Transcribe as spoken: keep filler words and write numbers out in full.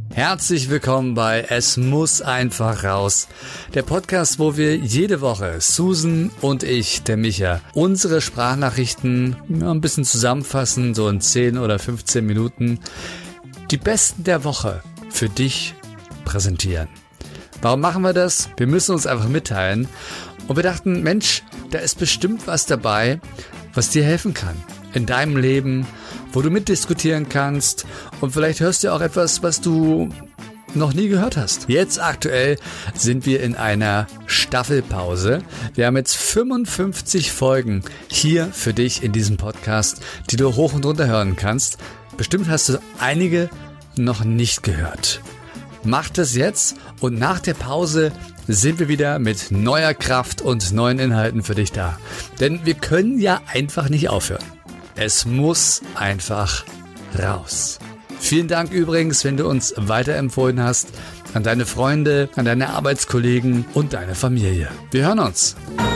Herzlich willkommen bei Es muss einfach raus. Der Podcast, wo wir jede Woche, Susan und ich, der Micha, unsere Sprachnachrichten ja, ein bisschen zusammenfassen, so in zehn oder fünfzehn Minuten, die besten der Woche für dich präsentieren. Warum machen wir das? Wir müssen uns einfach mitteilen. Und wir dachten, Mensch, da ist bestimmt was dabei, was dir helfen kann in deinem Leben, wo du mitdiskutieren kannst und vielleicht hörst du auch etwas, was du noch nie gehört hast. Jetzt aktuell sind wir in einer Staffelpause. Wir haben jetzt fünfundfünfzig Folgen hier für dich in diesem Podcast, die du hoch und runter hören kannst. Bestimmt hast du einige noch nicht gehört. Mach das jetzt und nach der Pause sind wir wieder mit neuer Kraft und neuen Inhalten für dich da. Denn wir können ja einfach nicht aufhören. Es muss einfach raus. Vielen Dank übrigens, wenn du uns weiterempfohlen hast, an deine Freunde, an deine Arbeitskollegen und deine Familie. Wir hören uns.